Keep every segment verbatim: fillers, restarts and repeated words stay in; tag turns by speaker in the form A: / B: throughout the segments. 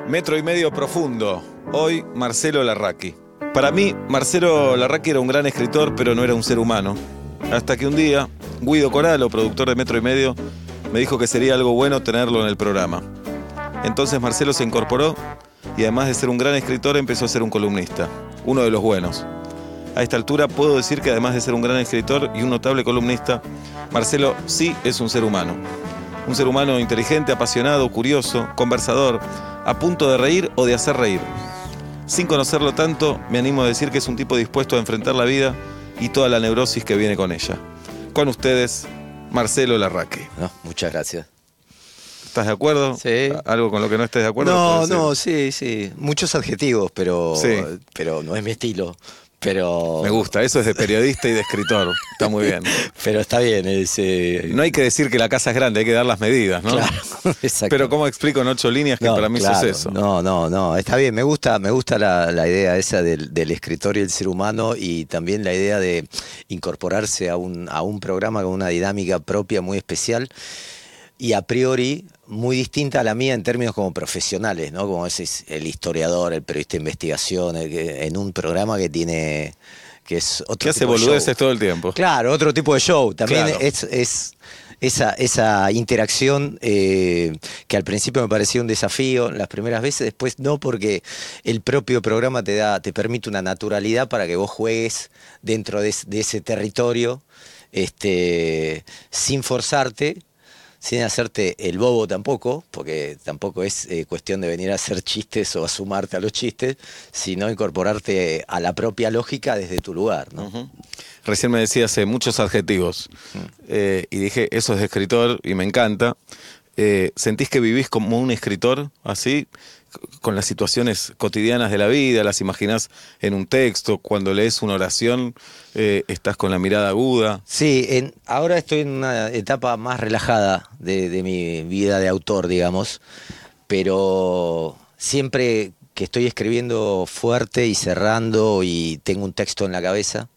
A: Metro y medio profundo. Hoy, Marcelo Larraqui. Para mí, Marcelo Larraqui era un gran escritor, pero no era un ser humano. Hasta que un día, Guido Coralo, productor de Metro y Medio, me dijo que sería algo bueno tenerlo en el programa. Entonces Marcelo se incorporó y además de ser un gran escritor, empezó a ser un columnista. Uno de los buenos. A esta altura puedo decir que además de ser un gran escritor y un notable columnista, Marcelo sí es un ser humano. Un ser humano inteligente, apasionado, curioso, conversador, a punto de reír o de hacer reír. Sin conocerlo tanto, me animo a decir que es un tipo dispuesto a enfrentar la vida y toda la neurosis que viene con ella. Con ustedes, Marcelo Larraqui.
B: No, muchas gracias.
A: ¿Estás de acuerdo?
B: Sí.
A: ¿Algo con lo que no estés de acuerdo?
B: No, no, sí, sí. Muchos adjetivos, pero,
A: sí.
B: pero no es mi estilo. Pero...
A: Me gusta, eso es de periodista y de escritor. Está muy bien.
B: Pero está bien. Es, eh...
A: No hay que decir que la casa es grande, hay que dar las medidas, ¿no?
B: Claro, exacto.
A: Pero ¿cómo explico en ocho líneas que
B: no,
A: para mí
B: claro,
A: eso es eso?
B: No, no, no, está bien. Me gusta, me gusta la, la idea esa del, del escritor y el ser humano, y también la idea de incorporarse a un, a un programa con una dinámica propia muy especial y a priori muy distinta a la mía en términos como profesionales, ¿no? Como ese es el historiador, el periodista de investigación, el que, en un programa que tiene, que es otro
A: que hace
B: tipo de show.
A: boludeces todo el tiempo.
B: Claro, otro tipo de show. También
A: claro.
B: es, es esa, esa interacción eh, que al principio me parecía un desafío las primeras veces, después no, porque el propio programa te da, te permite una naturalidad para que vos juegues dentro de, de ese territorio, este, sin forzarte, sin hacerte el bobo tampoco, porque tampoco es eh, cuestión de venir a hacer chistes o a sumarte a los chistes, sino incorporarte a la propia lógica desde tu lugar, ¿no?
A: Uh-huh. Recién me decías eh, muchos adjetivos, uh-huh. eh, y dije, eso es de escritor, y me encanta. Eh, ¿Sentís que vivís como un escritor, así, con las situaciones cotidianas de la vida, las imaginás en un texto, cuando lees una oración, eh, estás con la mirada aguda?
B: Sí, en, ahora estoy en una etapa más relajada de, de mi vida de autor, digamos, pero siempre que estoy escribiendo fuerte y cerrando y tengo un texto en la cabeza,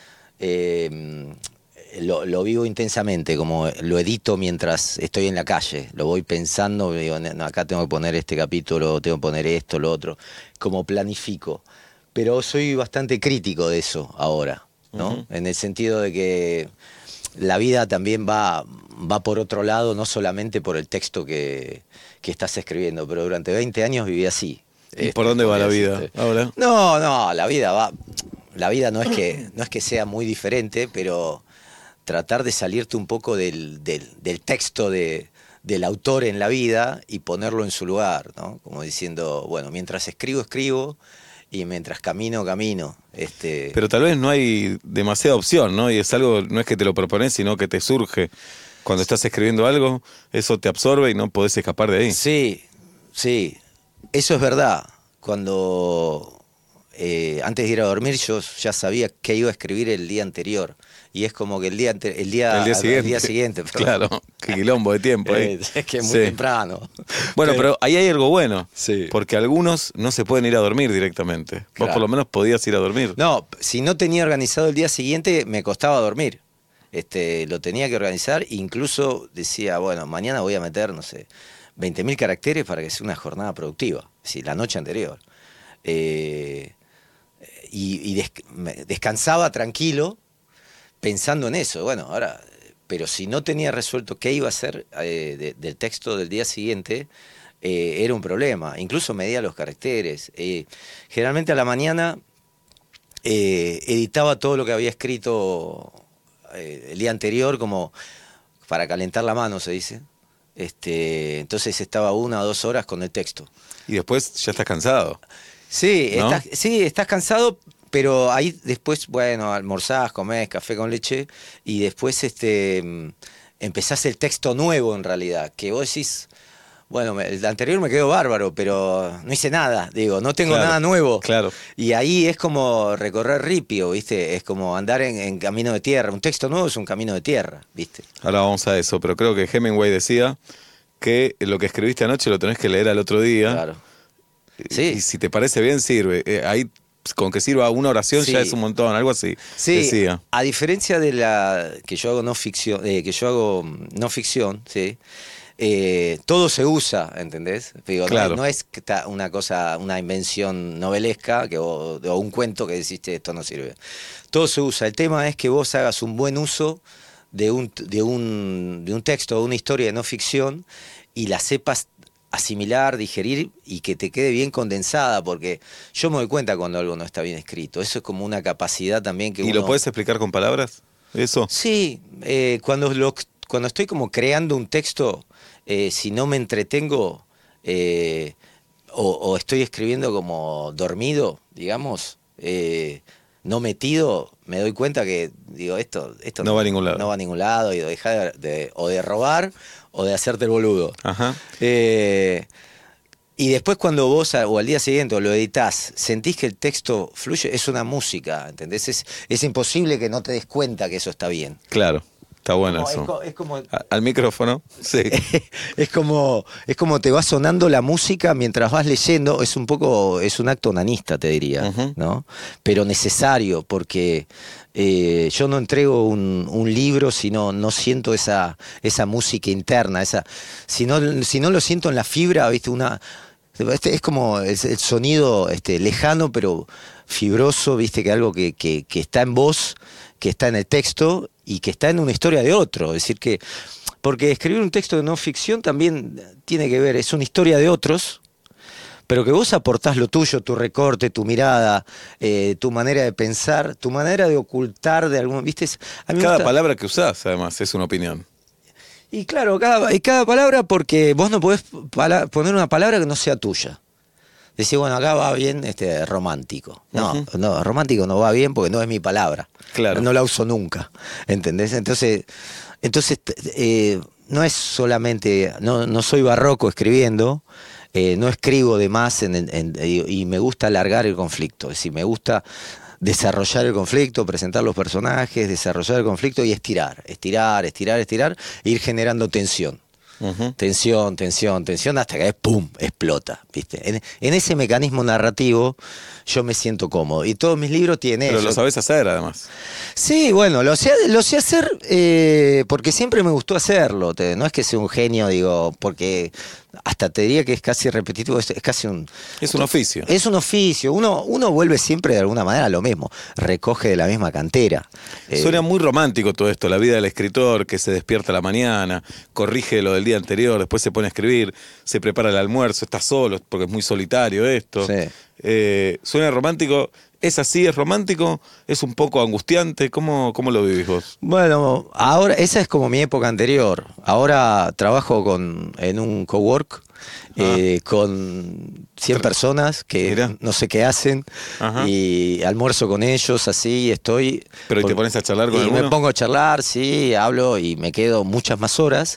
B: eh, Lo, lo vivo intensamente, como lo edito mientras estoy en la calle, lo voy pensando, digo, no, acá tengo que poner este capítulo, tengo que poner esto, lo otro, como planifico. Pero soy bastante crítico de eso ahora, ¿no? Uh-huh. En el sentido de que la vida también va, va por otro lado, no solamente por el texto que, que estás escribiendo, pero durante veinte años viví así.
A: ¿Y este, por dónde va la vida este. ahora?
B: No, no, la vida va, la vida no es que, no es que sea muy diferente, pero tratar de salirte un poco del, del, del texto de, del autor en la vida y ponerlo en su lugar, ¿no? Como diciendo, bueno, mientras escribo, escribo, y mientras camino, camino. Este...
A: Pero tal vez no hay demasiada opción, ¿no? Y es algo, no es que te lo propones, sino que te surge. Cuando estás escribiendo algo, eso te absorbe y no podés escapar de ahí.
B: Sí, sí, eso es verdad. Cuando, eh, antes de ir a dormir, yo ya sabía qué iba a escribir el día anterior. Y es como que el día el día,
A: el día siguiente,
B: el día siguiente
A: claro, qué quilombo de tiempo ahí.
B: Es que es muy sí. temprano.
A: Bueno, pero, pero ahí hay algo bueno,
B: sí.
A: porque algunos no se pueden ir a dormir directamente. Claro. Vos por lo menos podías ir a dormir.
B: No, si no tenía organizado el día siguiente, me costaba dormir. Este, lo tenía que organizar, incluso decía, bueno, mañana voy a meter, no sé, veinte mil caracteres para que sea una jornada productiva, sí, la noche anterior. Eh, y y des descansaba tranquilo, pensando en eso, bueno, ahora, pero si no tenía resuelto qué iba a hacer eh, de, del texto del día siguiente, eh, era un problema. Incluso medía los caracteres. Eh, generalmente a la mañana eh, editaba todo lo que había escrito eh, el día anterior, como para calentar la mano, se dice. Este, entonces estaba una o dos horas con el texto.
A: Y después ya estás cansado.
B: Sí,
A: ¿no?
B: estás, sí, estás cansado. Pero ahí después, bueno, almorzás, comés café con leche y después este, empezás el texto nuevo en realidad, que vos decís, bueno, el anterior me quedó bárbaro, pero no hice nada, digo, no tengo
A: claro,
B: nada nuevo.
A: Claro.
B: Y ahí es como recorrer ripio, ¿viste? Es como andar en, en camino de tierra. Un texto nuevo es un camino de tierra, ¿viste?
A: Ahora vamos a eso, pero creo que Hemingway decía que lo que escribiste anoche lo tenés que leer al otro día.
B: Claro. Sí.
A: Y si te parece bien, sirve. Eh, ahí con que sirva una oración sí. ya es un montón, algo así.
B: Sí,
A: decía.
B: A diferencia de la que yo hago no ficción, eh, que yo hago no ficción, sí. eh, todo se usa, ¿entendés? Digo,
A: Claro.
B: no, no es que ta- una cosa, una invención novelesca que vos- o un cuento que decís, "Che, esto no sirve". Todo se usa. El tema es que vos hagas un buen uso de un, de un, de un texto, de una historia de no ficción, y la sepas asimilar, digerir y que te quede bien condensada, porque yo me doy cuenta cuando algo no está bien escrito. Eso es como una capacidad también que
A: ¿Y
B: uno...
A: lo puedes explicar con palabras? ¿Eso?
B: Sí, eh, cuando, lo, cuando estoy como creando un texto, eh, si no me entretengo eh, o, o estoy escribiendo como dormido, digamos, eh, no metido, me doy cuenta que digo, esto, esto
A: No va a ningún lado.
B: no va a ningún lado, y deja de, de- o de robar o de hacerte el boludo.
A: Ajá.
B: Eh, y después cuando vos a- o al día siguiente o lo editás, sentís que el texto fluye, es una música, ¿entendés? Es, es imposible que no te des cuenta que eso está bien.
A: Claro. Está bueno
B: No, es,
A: eso.
B: co- es como...
A: A- Al micrófono. Sí.
B: es como es como te va sonando la música mientras vas leyendo. Es un poco, es un acto onanista, te diría,
A: Ujú.
B: ¿no? Pero necesario, porque eh, yo no entrego un, un libro si no, no siento esa, esa música interna, esa, si no, si no lo siento en la fibra, ¿viste? Una, este es como el, el sonido este, lejano pero fibroso, viste, que algo que, que, que está en vos, que está en el texto y que está en una historia de otro. Es decir que, porque escribir un texto de no ficción también tiene que ver, es una historia de otros, pero que vos aportás lo tuyo, tu recorte, tu mirada, eh, tu manera de pensar, tu manera de ocultar de algún, viste. Es- a mí me
A: Cada
B: gusta-
A: palabra que usás, además, es una opinión.
B: Y claro, cada, y cada palabra, porque vos no podés pala- poner una palabra que no sea tuya. Decir, bueno, acá va bien este romántico. No,
A: Ujú.
B: no, romántico no va bien porque no es mi palabra.
A: Claro.
B: No la uso nunca. ¿Entendés? Entonces, entonces t- eh, no es solamente, no, no soy barroco escribiendo, eh, no escribo de más en, en- en- y y me gusta alargar el conflicto. Es decir, me gusta desarrollar el conflicto, presentar los personajes, desarrollar el conflicto y estirar, estirar, estirar, estirar, e ir generando tensión.
A: Ujú.
B: Tensión, tensión, tensión, hasta que ¡pum! Explota, ¿viste? En, en ese mecanismo narrativo yo me siento cómodo. Y todos mis libros tienen
A: Pero
B: eso.
A: lo sabés hacer, además.
B: Sí, bueno, lo sé, lo sé hacer eh, porque siempre me gustó hacerlo. Te- no es que sea un genio, digo, porque hasta te diría que es casi repetitivo, es, es casi un...
A: Es un oficio.
B: Es un oficio, uno, uno vuelve siempre de alguna manera a lo mismo, recoge de la misma cantera. Eh,
A: Suena muy romántico todo esto, la vida del escritor que se despierta a la mañana, corrige lo del día anterior, después se pone a escribir, se prepara el almuerzo, está solo, porque es muy solitario esto.
B: Sí.
A: Eh, suena romántico, ¿es así, es romántico? ¿Es un poco angustiante? ¿Cómo, cómo lo vivís vos?
B: Bueno, ahora esa es como mi época anterior. Ahora trabajo con en un cowork eh, con cien personas que
A: Mirá.
B: no sé qué hacen
A: Ajá.
B: y almuerzo con ellos, así estoy.
A: Pero ¿y te
B: Por-
A: pones a charlar con
B: y
A: alguno?
B: me pongo a charlar, sí, hablo y me quedo muchas más horas.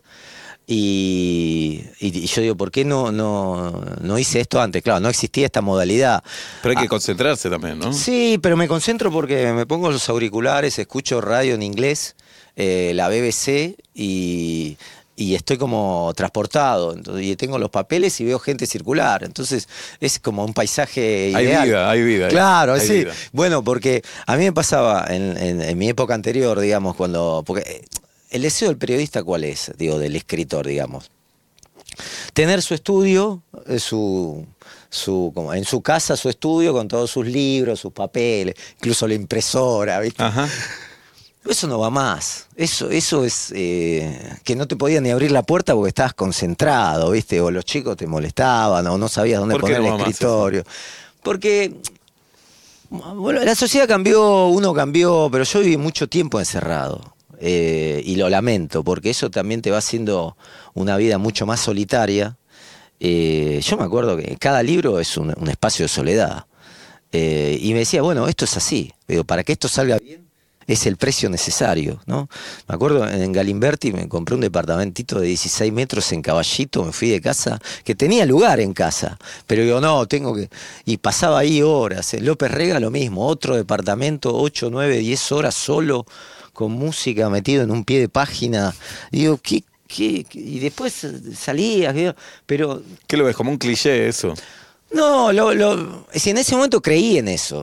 B: Y, y- y yo digo, ¿por qué no, no, no hice esto antes? Claro, no existía esta modalidad.
A: Pero hay que
B: Ah,
A: concentrarse también, ¿no?
B: Sí, pero me concentro porque me pongo los auriculares, escucho radio en inglés, eh, la B B C y, y estoy como transportado. Entonces, y tengo los papeles y veo gente circular. Entonces es como un paisaje
A: Hay
B: ideal.
A: vida, hay vida.
B: Claro,
A: hay
B: sí.
A: vida.
B: Bueno, porque a mí me pasaba en, en- en mi época anterior, digamos, cuando... Porque eh, el deseo del periodista, ¿cuál es? Digo, del escritor, digamos. Tener su estudio, eh, su, su, como en su casa, su estudio con todos sus libros, sus papeles, incluso la impresora, ¿viste?
A: Ajá.
B: Eso no va más. Eso, eso es eh, que no te podían ni abrir la puerta porque estabas concentrado, ¿viste? O los chicos te molestaban, o no sabías dónde
A: ¿Por qué
B: poner
A: no
B: el
A: va más
B: escritorio. Porque bueno, la sociedad cambió, uno cambió, pero yo viví mucho tiempo encerrado. Eh, y lo lamento, porque eso también te va haciendo una vida mucho más solitaria. Eh, yo me acuerdo que cada libro es un, un espacio de soledad. Eh, y me decía, bueno, esto es así. Digo, para que esto salga bien, es el precio necesario, ¿no? Me acuerdo en Galimberti me compré un departamentito de dieciséis metros en Caballito, me fui de casa, que tenía lugar en casa, pero digo, no, tengo que... Y pasaba ahí horas. En López Rega lo mismo, otro departamento, ocho, nueve, diez horas solo, con música, metido en un pie de página. Y digo, ¿qué? ¿Qué? Y después salías, pero...
A: ¿Qué lo ves? Como un cliché eso.
B: No, lo, lo, si en ese momento creí en eso.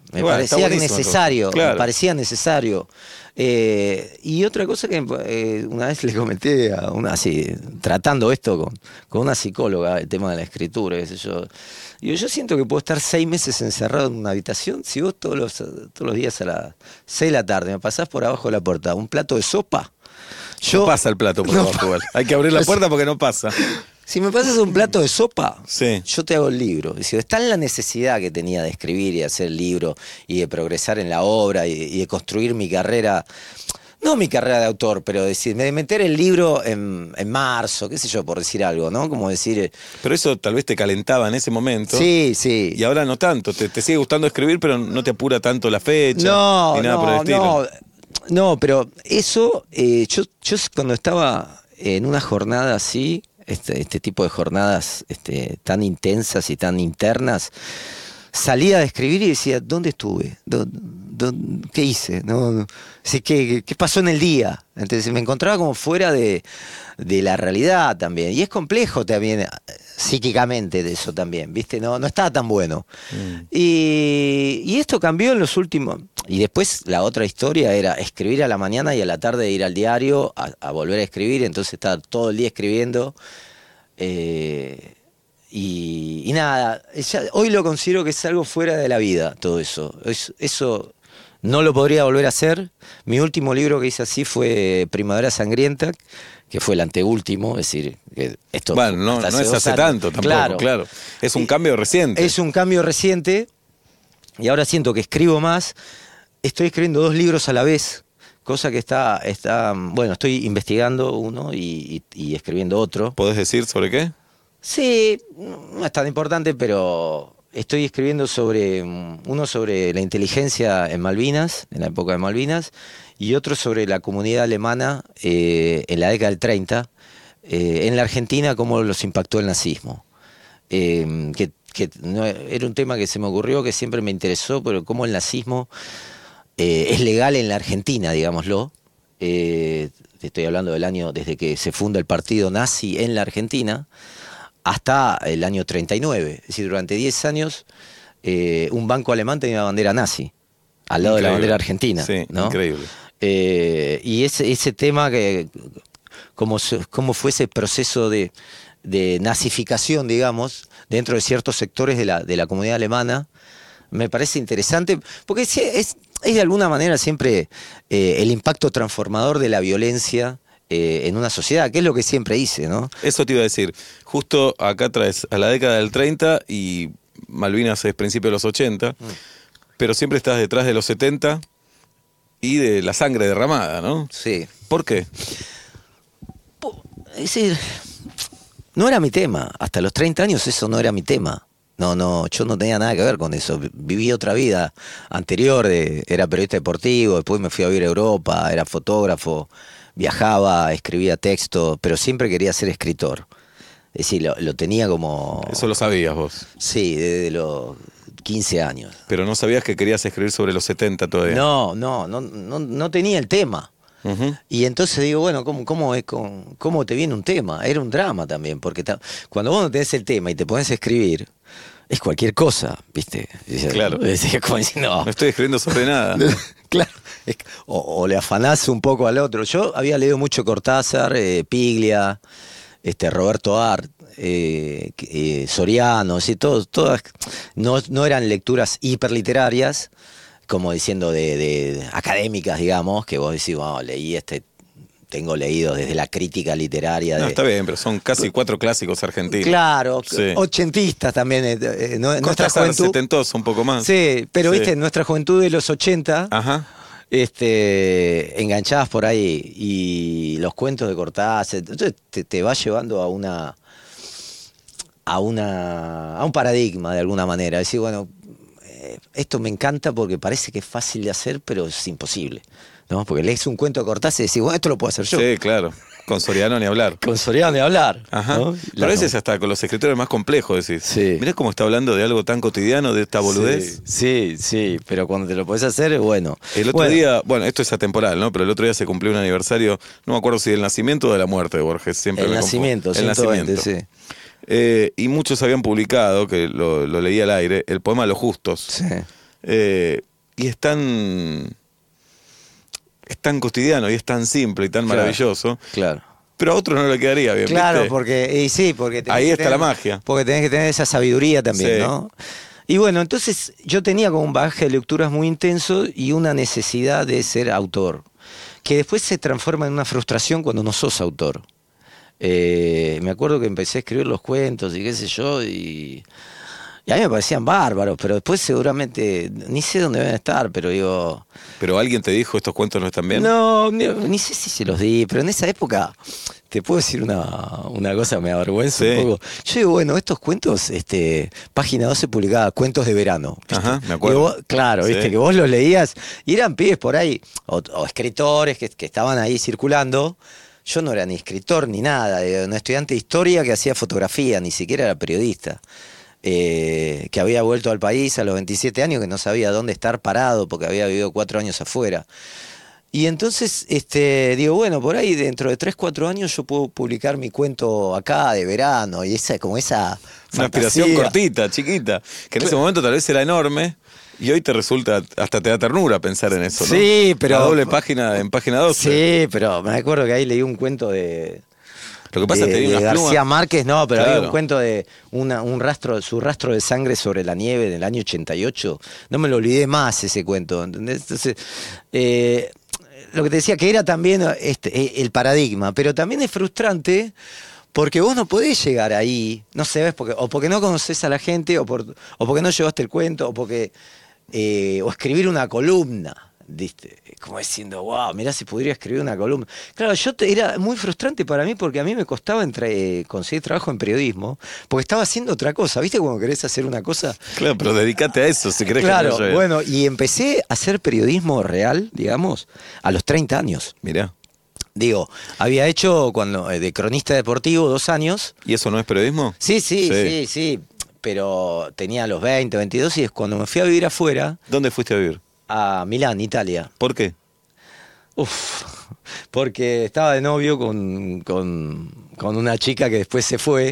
B: Me
A: Bueno, está
B: parecía
A: buenísimo,
B: necesario,
A: claro.
B: me parecía necesario. Eh, y otra cosa que eh, una vez le comenté a una así, tratando esto con, con una psicóloga, el tema de la escritura, qué sé yo. Digo, yo siento que puedo estar seis meses encerrado en una habitación. Si vos todos los, todos los días a las seis de la tarde me pasás por abajo de la puerta un plato de sopa. Yo,
A: No pasa el plato por
B: no
A: abajo, igual. Hay que abrir la puerta porque no pasa.
B: Si me pasas un plato de sopa,
A: Sí.
B: yo te hago el libro. Es decir, está en la necesidad que tenía de escribir y de hacer el libro y de progresar en la obra y, y de construir mi carrera. No mi carrera de autor, pero decir, de meter el libro en, en marzo, qué sé yo, por decir algo, ¿no? Como decir...
A: Pero eso tal vez te calentaba en ese momento.
B: Sí, sí.
A: Y ahora no tanto. Te, te sigue gustando escribir, pero no te apura tanto la fecha.
B: No,
A: ni nada
B: no,
A: por el estilo.
B: no, no, pero eso, eh, yo, yo cuando estaba en una jornada así, este, este tipo de jornadas este, tan intensas y tan internas, salía de escribir y decía, ¿dónde estuve? ¿Dó- dó- ¿Qué hice? No, no. Sí, ¿qué, ¿Qué pasó en el día? Entonces me encontraba como fuera de, de la realidad también. Y es complejo también, eh, psíquicamente de eso también, ¿viste? No, no estaba tan bueno.
A: Mm.
B: Y, y esto cambió en los últimos... Y después la otra historia era escribir a la mañana y a la tarde ir al diario a, a volver a escribir. Entonces estaba todo el día escribiendo. Eh, y, y nada, ya, hoy lo considero que es algo fuera de la vida, todo eso. Es- eso no lo podría volver a hacer. Mi último libro que hice así fue Primavera Sangrienta, que fue el anteúltimo, es decir, que esto
A: Bueno, no,
B: hasta
A: no es
B: dos
A: hace
B: años.
A: tanto tampoco, claro.
B: Claro.
A: Es un cambio reciente.
B: Es un cambio reciente y ahora siento que escribo más. Estoy escribiendo dos libros a la vez, cosa que está, está bueno, estoy investigando uno y, y- y escribiendo otro.
A: ¿Podés decir sobre qué?
B: Sí, no es tan importante, pero estoy escribiendo sobre mm, uno sobre la inteligencia en Malvinas, en la época de Malvinas, y otro sobre la comunidad alemana eh, en la década del treinta, eh, en la Argentina, cómo los impactó el nazismo. Eh, que que no, era un tema que se me ocurrió, que siempre me interesó, pero cómo el nazismo eh, es legal en la Argentina, digámoslo. Eh, te estoy hablando del año desde que se funda el partido nazi en la Argentina hasta el año treinta y nueve. Es decir, durante diez años eh, un banco alemán tenía una bandera nazi al lado de la
A: Increíble.
B: bandera argentina.
A: Sí,
B: ¿no?
A: increíble.
B: Eh, y ese, ese tema, que cómo, se- cómo fue ese proceso de, de nazificación, digamos, dentro de ciertos sectores de la, de la comunidad alemana, me parece interesante, porque es, es, es de alguna manera siempre eh, el impacto transformador de la violencia eh, en una sociedad, que es lo que siempre hice, ¿no?
A: Eso te iba a decir. Justo acá traes a la década del treinta y Malvinas es principio de los ochenta, mm. pero siempre estás detrás de los setenta y de la sangre derramada, ¿no?
B: Sí.
A: ¿Por qué?
B: Es decir, no era mi tema. Hasta los treinta años eso no era mi tema. No, no, yo no tenía nada que ver con eso. Viví otra vida anterior, de, era periodista deportivo, después me fui a vivir a Europa, era fotógrafo, viajaba, escribía textos, pero siempre quería ser escritor. Es decir, lo, lo tenía como...
A: Eso lo sabías vos.
B: Sí, desde los quince años.
A: Pero no sabías que querías escribir sobre los setenta todavía.
B: No, no, no, no, no tenía el tema.
A: Uh-huh.
B: Y entonces digo, bueno, ¿cómo, cómo, es con, ¿cómo te viene un tema? Era un drama también, porque ta, cuando vos no tenés el tema y te pones a escribir, es cualquier cosa, ¿viste?
A: Claro.
B: Es como decir, no.
A: No estoy escribiendo sobre nada.
B: Claro. O, o le afanás un poco al otro. Yo había leído mucho Cortázar, eh, Piglia, este, Roberto Art, eh, eh, Soriano, ¿sí? Todos, todas no, no eran lecturas hiperliterarias, como diciendo de, de académicas, digamos, que vos decís, wow, leí este, tengo leído desde la crítica literaria.
A: No,
B: de...
A: está bien, pero son casi cuatro clásicos argentinos.
B: Claro,
A: sí.
B: Ochentistas también, eh, eh, nuestra
A: Cortázar,
B: juventud.
A: setentoso un poco más.
B: Sí, pero
A: sí.
B: viste, nuestra juventud de los ochenta,
A: ajá,
B: este, enganchadas por ahí, y los cuentos de Cortázar, entonces te, te va llevando a una, a una, a un paradigma de alguna manera, decir, bueno, esto me encanta porque parece que es fácil de hacer, pero es imposible, ¿no? Porque lees un cuento de Cortázar y decís, bueno, esto lo puedo hacer yo.
A: Sí, claro. Con Soriano ni hablar.
B: Con Soriano ni hablar.
A: Ajá.
B: ¿no?
A: Pero a veces hasta con los escritores más complejos decís.
B: Sí.
A: Mirá cómo está hablando de algo tan cotidiano, de esta boludez.
B: Sí, sí, sí, pero cuando te lo podés hacer, bueno.
A: El otro
B: bueno.
A: día, bueno, esto es atemporal, ¿no? Pero el otro día se cumplió un aniversario, no me acuerdo si del nacimiento o de la muerte de Borges. Siempre
B: El
A: me
B: nacimiento,
A: confundo. El
B: ciento veinte,
A: nacimiento.
B: sí.
A: Eh, y muchos habían publicado, que lo, lo leí al aire, el poema Los Justos.
B: Sí.
A: Eh, y es tan, es tan cotidiano y es tan simple y tan
B: Claro,
A: maravilloso.
B: Claro.
A: Pero a otro no le quedaría bien.
B: Claro,
A: ¿viste?
B: porque, y sí, porque tenés
A: Ahí
B: que
A: está
B: tener-
A: la magia.
B: Porque tenés que tener esa sabiduría también,
A: Sí.
B: ¿no? Y bueno, entonces yo tenía como un bagaje de lecturas muy intenso y una necesidad de ser autor, que después se transforma en una frustración cuando no sos autor. Eh, me acuerdo que empecé a escribir los cuentos y qué sé yo, y, y a mí me parecían bárbaros, pero después seguramente, ni sé dónde van a estar, pero digo...
A: Pero alguien te dijo, estos cuentos no están bien.
B: No, ni, ni sé si se los di, pero en esa época, te puedo decir una, una cosa, me avergüenza
A: Sí.
B: un poco. Yo digo, bueno, estos cuentos, este, página doce publicaba cuentos de verano. ¿viste?
A: Ajá, me acuerdo.
B: Digo, vos- claro,
A: Sí.
B: viste, que vos los leías y eran pibes por ahí, o, o escritores que, que estaban ahí circulando. Yo no era ni escritor ni nada, era un estudiante de historia que hacía fotografía, ni siquiera era periodista. Eh, que había vuelto al país a los veintisiete años, que no sabía dónde estar parado porque había vivido cuatro años afuera. Y entonces, este, digo, bueno, por ahí dentro de tres, cuatro años yo puedo publicar mi cuento acá de verano y esa, como esa
A: Una aspiración
B: fantasía.
A: cortita, chiquita, que en ese momento tal vez era enorme y hoy te resulta, hasta te da ternura pensar en eso, ¿no?
B: Sí, pero-
A: La doble página en página doce.
B: Sí, pero me acuerdo que ahí leí un cuento de,
A: Lo que pasa
B: de,
A: es que tenía
B: de
A: unas
B: García
A: plumas.
B: Márquez, no, pero había
A: Claro.
B: un cuento de una, un rastro, su rastro de sangre sobre la nieve del año ochenta y ocho. No me lo olvidé más ese cuento, ¿entendés? Entonces, eh, lo que te decía que era también este, el paradigma, pero también es frustrante porque vos no podés llegar ahí, no sé, ¿ves? Porque, o porque no conoces a la gente, o, por, o porque no llevaste el cuento, o porque eh, o escribir una columna, ¿viste? Como diciendo, wow, mirá si podría escribir una columna. Claro, yo te- era muy frustrante para mí porque a mí me costaba entre, eh, conseguir trabajo en periodismo, porque estaba haciendo otra cosa, ¿viste? Cuando querés hacer una cosa.
A: Claro, pero dedícate a eso, si querés
B: Claro,
A: que no llegue.
B: bueno, y empecé a hacer periodismo real, digamos, a los treinta años.
A: Mirá,
B: Digo, había hecho cuando eh, de cronista deportivo dos años.
A: ¿y eso no es periodismo?
B: Sí, sí,
A: Sí.
B: sí, sí, pero tenía los veinte, veintidós y es cuando me fui a vivir afuera,
A: ¿Dónde fuiste a vivir?
B: a Milán, Italia.
A: ¿Por qué?
B: Uf, porque estaba de novio con, con, con una chica que después se fue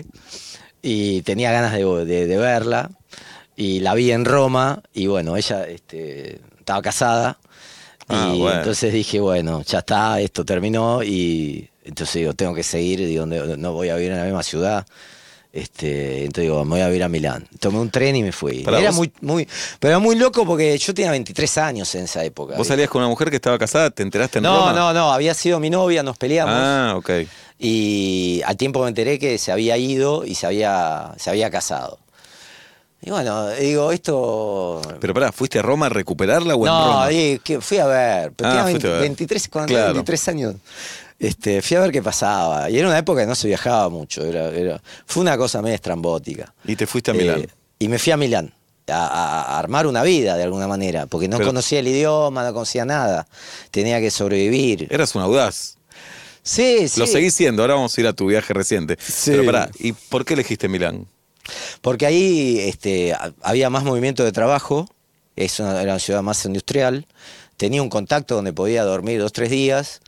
B: y tenía ganas de, de- de verla y la vi en Roma y bueno, ella este, estaba casada y
A: Ah, bueno.
B: entonces dije, bueno, ya está, esto terminó y entonces digo, tengo que seguir, digo, no, no voy a vivir en la misma ciudad. Este, entonces digo, me voy a vivir a Milán. Tomé un tren y me fui.
A: Pará,
B: Era
A: vos-
B: muy, muy, pero era muy loco porque yo tenía veintitrés años en esa época.
A: ¿Vos
B: ¿viste?
A: salías con una mujer que estaba casada? ¿Te enteraste en
B: No,
A: Roma?
B: no, no, había sido mi novia, nos peleamos.
A: Ah, ok.
B: Y al tiempo me enteré que se había ido y se había, se había casado. Y bueno, digo, esto...
A: Pero pará, ¿fuiste a Roma a recuperarla o en
B: no,
A: Roma?
B: y que fui a ver, pero
A: Ah,
B: tenía
A: fuiste a ver.
B: veintitrés, cuando
A: Claro.
B: tenía veintitrés años. Este, fui a ver qué pasaba. Y era una época que no se viajaba mucho. Era, era, fue una cosa medio estrambótica.
A: Y te fuiste a
B: Eh,
A: Milán.
B: y me fui a Milán. A, a- a armar una vida de alguna manera. Porque no
A: Pero-
B: conocía el idioma, no conocía nada. Tenía que sobrevivir.
A: Eras un audaz.
B: Sí, sí.
A: Lo seguís siendo, ahora vamos a ir a tu viaje reciente.
B: Sí.
A: Pero pará, ¿y por qué elegiste Milán?
B: Porque ahí este, a- había más movimiento de trabajo, es una, era una ciudad más industrial, tenía un contacto donde podía dormir dos, tres días,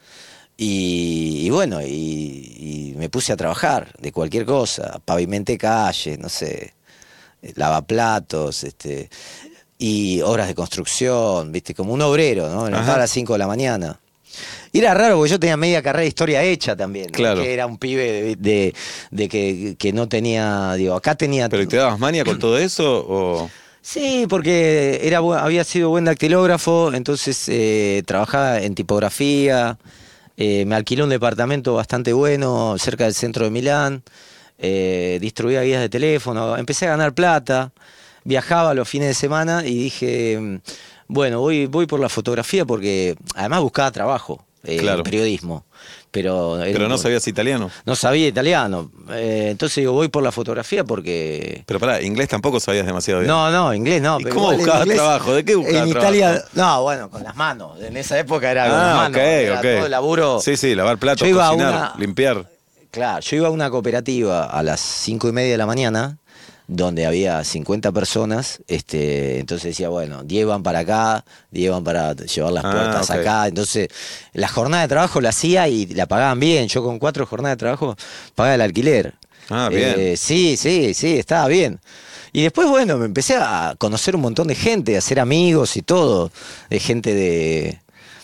B: y, y bueno, y, y me puse a trabajar de cualquier cosa, pavimenté calles, no sé, lavaplatos, este, y obras de construcción, viste, como un obrero, ¿no? Me levantaba
A: Ajá.
B: a las cinco de la mañana. Y era raro porque yo tenía media carrera de historia hecha también. ¿no?
A: Claro.
B: Que era un pibe de, de- de que, que no tenía, digo, acá tenía...
A: ¿Pero y te dabas mania con todo eso? O...
B: Sí, porque era, bu- había sido buen dactilógrafo, entonces eh, trabajaba en tipografía, eh, me alquilé un departamento bastante bueno cerca del centro de Milán, eh, distribuía guías de teléfono, empecé a ganar plata, viajaba los fines de semana y dije, mm, bueno, voy, voy por la fotografía porque además buscaba trabajo, eh,
A: Claro.
B: en periodismo, pero, era
A: Pero
B: un-
A: no sabías italiano.
B: no sabía italiano, eh, entonces digo, voy por la fotografía porque...
A: Pero pará, inglés tampoco sabías demasiado bien.
B: No, no, inglés no.
A: ¿Y
B: pero
A: cómo
B: igual en
A: buscabas
B: inglés-
A: trabajo? ¿De qué buscabas
B: En
A: trabajo?
B: Italia, no, bueno, con las manos. En esa época era con las
A: Ah,
B: manos.
A: ok,
B: era
A: ok.
B: todo el laburo.
A: Sí, sí, lavar platos,
B: Yo iba a
A: cocinar,
B: una-
A: limpiar.
B: Claro, yo iba a una cooperativa a las cinco y media de la mañana, donde había cincuenta personas, este, entonces decía, bueno, diez van para acá, diez van para llevar las
A: Ah,
B: puertas
A: ok.
B: acá, entonces la jornada de trabajo la hacía y la pagaban bien, yo con cuatro jornadas de trabajo pagaba el alquiler.
A: Ah, bien.
B: Eh, sí, sí, sí, estaba bien. Y después, bueno, me empecé a conocer un montón de gente, a hacer amigos y todo, de gente de,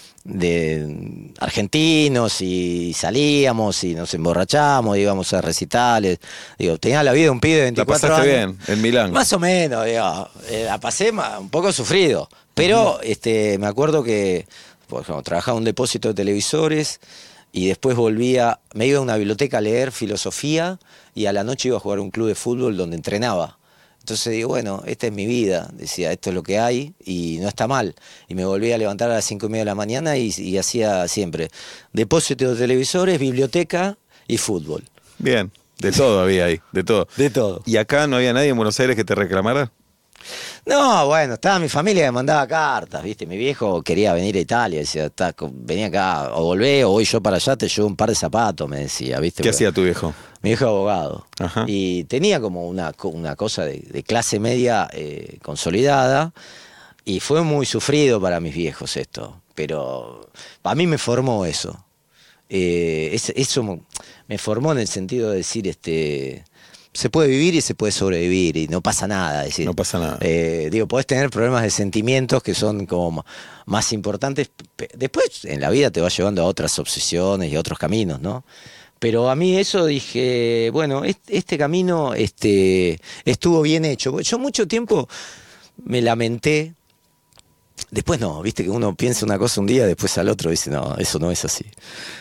B: de argentinos, y salíamos y nos emborrachamos, íbamos a recitales. Digo, tenía la vida de un pibe de
A: La
B: veinticuatro
A: pasaste
B: años.
A: bien, en Milán.
B: Más o menos, digo, eh, la pasé ma- un poco sufrido, pero este, me acuerdo que, por ejemplo, trabajaba en un depósito de televisores y después volvía, me iba a una biblioteca a leer filosofía y a la noche iba a jugar a un club de fútbol donde entrenaba. Entonces digo, bueno, esta es mi vida, decía, esto es lo que hay y no está mal. Y me volví a levantar a las cinco y media de la mañana y, y hacía siempre depósito de televisores, biblioteca y fútbol.
A: Bien, de todo había ahí, de todo.
B: De todo.
A: ¿Y acá no había nadie en Buenos Aires que te reclamara?
B: No, bueno, estaba mi familia que me mandaba cartas, ¿viste? Mi viejo quería venir a Italia, decía, "Está, co- vení acá, o volvé, o voy yo para allá, te llevo un par de zapatos", me decía, ¿viste?
A: ¿Qué
B: Porque
A: hacía tu viejo?
B: mi viejo es abogado.
A: Ajá.
B: Y tenía como una, co- una cosa de, de clase media eh, consolidada, y fue muy sufrido para mis viejos esto, pero a mí me formó eso. Eh, es- eso mo- me formó en el sentido de decir, este, se puede vivir y se puede sobrevivir y no pasa nada. Es decir,
A: No pasa nada.
B: eh, digo, podés tener problemas de sentimientos que son como ma- más importantes. pe- Después en la vida te va llevando a otras obsesiones y a otros caminos, ¿no? Pero a mí eso dije, bueno, este, este camino este, estuvo bien hecho. Porque yo mucho tiempo me lamenté. Después no, viste que uno piensa una cosa un día, después al otro dice, no, eso no es así.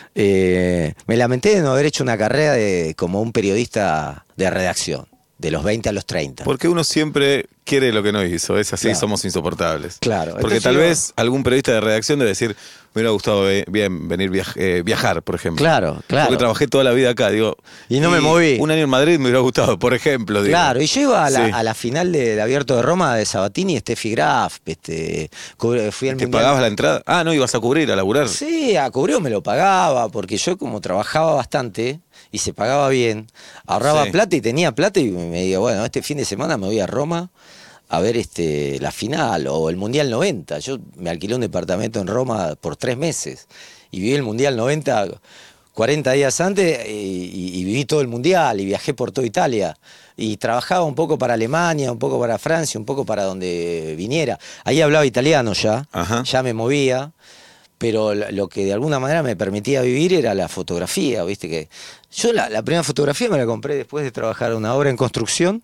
B: Eh, me lamenté de no haber hecho una carrera de, como un periodista de redacción, de los veinte a los treinta.
A: Porque uno siempre quiere lo que no hizo, es así,
B: Claro.
A: somos insoportables.
B: Claro.
A: Porque
B: Entonces
A: tal
B: yo-
A: vez algún periodista de redacción debe decir, me hubiera gustado eh, bien venir viaj- eh, viajar, por ejemplo.
B: Claro, claro.
A: Porque trabajé toda la vida acá, digo.
B: Y no me moví.
A: Un año en Madrid me hubiera gustado, por ejemplo. Digo.
B: Claro, y yo iba a la,
A: Sí.
B: a la final del Abierto de Roma de Sabatini y Steffi Graf, este, cubrí- fui al
A: ¿Te
B: Mundial.
A: pagabas la entrada? Ah, no, ibas a cubrir, a laburar.
B: Sí, a cubrir me lo pagaba, porque yo como trabajaba bastante y se pagaba bien, ahorraba
A: Sí.
B: plata y tenía plata y me digo, bueno, este fin de semana me voy a Roma a ver este la final o el Mundial noventa. Yo me alquilé un departamento en Roma por tres meses y viví el Mundial noventa cuarenta días antes y, y- y viví todo el Mundial y viajé por toda Italia. Y trabajaba un poco para Alemania, un poco para Francia, un poco para donde viniera. Ahí hablaba italiano ya,
A: Ajá.
B: ya me movía. Pero la- lo que de alguna manera me permitía vivir era la fotografía, ¿viste? Que yo la, la primera fotografía me la compré después de trabajar una obra en construcción.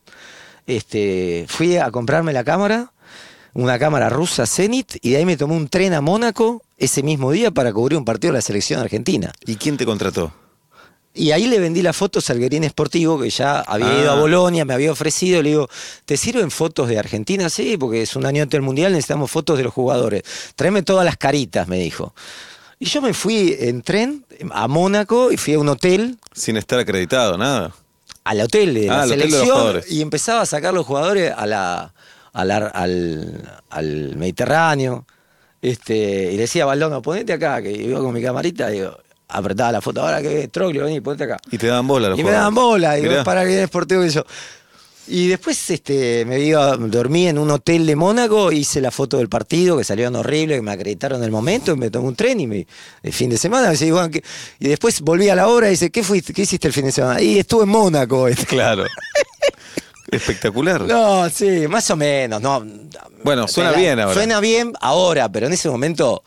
B: Este, fui a comprarme la cámara, una cámara rusa Zenit, y de ahí me tomé un tren a Mónaco ese mismo día para cubrir un partido de la selección argentina.
A: ¿Y quién te contrató?
B: Y ahí le vendí las fotos al Guerín Sportivo, que ya había ido a
A: Ah.
B: Bolonia, me había ofrecido. Le digo, ¿te sirven fotos de Argentina? Sí, porque es un año antes del Mundial, necesitamos fotos de los jugadores. Tráeme todas las caritas, me dijo. Y yo me fui en tren a Mónaco y fui a un hotel,
A: Sin estar acreditado, nada.
B: al hotel de
A: Ah,
B: la
A: al hotel de los
B: selección,
A: jugadores.
B: y empezaba a sacar los jugadores a la, a la- al, al Mediterráneo. Este, y le decía a Baldono, ponete acá, que iba con mi camarita, y digo, apretaba la foto, ahora que Troglio, vení, ponete acá.
A: Y te daban bola los
B: Y me daban
A: jugadores.
B: bola, digo,
A: Mirá.
B: para que Sportivo que yo. Y después este, me iba, dormí en un hotel de Mónaco, hice la foto del partido, que salieron horribles, que me acreditaron en el momento, y me tomé un tren y me, el fin de semana, me decía, bueno, ¿qué? Y después volví a la obra y dice, ¿qué fuiste, qué hiciste el fin de semana? Y estuve en Mónaco.
A: Claro. Espectacular.
B: No, sí, más o menos. No.
A: Bueno, suena
B: La-
A: bien ahora.
B: Suena bien ahora, pero en ese momento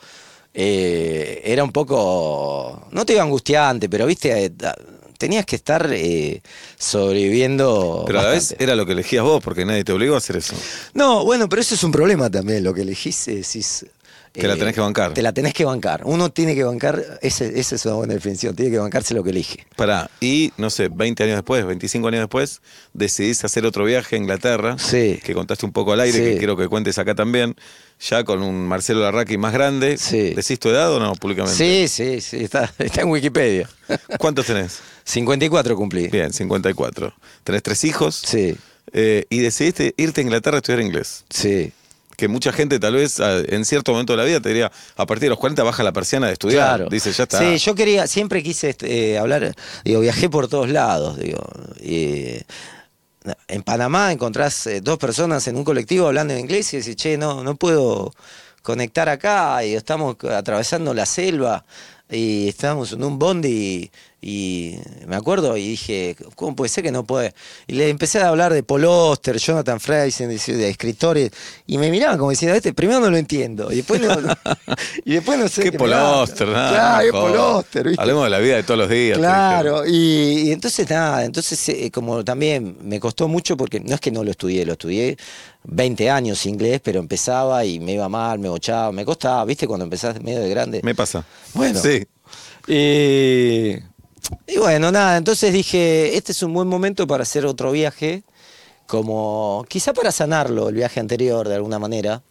B: eh, era un poco, no te digo angustiante, pero viste, eh, da- tenías que estar eh, sobreviviendo.
A: Pero a la vez
B: bastante.
A: era lo que elegías vos, porque nadie te obligó a hacer eso.
B: No, bueno, pero eso es un problema también, lo que elegís, eh, decís,
A: Te la tenés que bancar.
B: Te la tenés que bancar. Uno tiene que bancar, ese, esa es una buena definición, tiene que bancarse lo que elige.
A: Pará, y no sé, veinte años después, veinticinco años después, decidís hacer otro viaje a Inglaterra,
B: Sí.
A: que contaste un poco al aire,
B: Sí.
A: que quiero que cuentes acá también, ya con un Marcelo Larraqui más grande.
B: Sí.
A: ¿Decís tu edad o no públicamente?
B: Sí, sí, sí, está, está en Wikipedia.
A: ¿Cuántos tenés?
B: cincuenta y cuatro cumplí.
A: Bien, cincuenta y cuatro. Tenés tres hijos
B: Sí,
A: eh, y decidiste irte a Inglaterra a estudiar inglés.
B: sí.
A: Que mucha gente tal vez a- en cierto momento de la vida te diría, a partir de los cuarenta baja la persiana de estudiar.
B: Claro.
A: Dice, ya está.
B: Sí, yo quería, siempre quise este, eh, hablar, digo, viajé por todos lados, digo. y, en Panamá encontrás eh, dos personas en un colectivo hablando en inglés y decís, che, no, no puedo conectar acá, y estamos atravesando la selva y estamos en un bondi y, Y me acuerdo y dije, ¿cómo puede ser que no puede? Y le empecé a hablar de Paul Auster, Jonathan Franzen, de, de escritores, y me miraban como diciendo, este primero no lo entiendo, y después no, no- y después no sé
A: ¿Qué
B: qué
A: Paul
B: me habla.
A: Auster? Nada,
B: Claro,
A: no
B: es Paul
A: jodas.
B: Auster, ¿viste?
A: Hablemos de la vida de todos los días. te
B: Claro, y, y entonces nada, entonces eh, como también me costó mucho porque no es que no lo estudié, lo estudié veinte años inglés, pero empezaba y me iba mal, me bochaba, me costaba, ¿viste? Cuando empezás medio de grande.
A: dijeron. Me pasa.
B: Bueno.
A: Sí.
B: Y, y bueno, nada, entonces dije, este es un buen momento para hacer otro viaje, como quizá para sanarlo, el viaje anterior de alguna manera.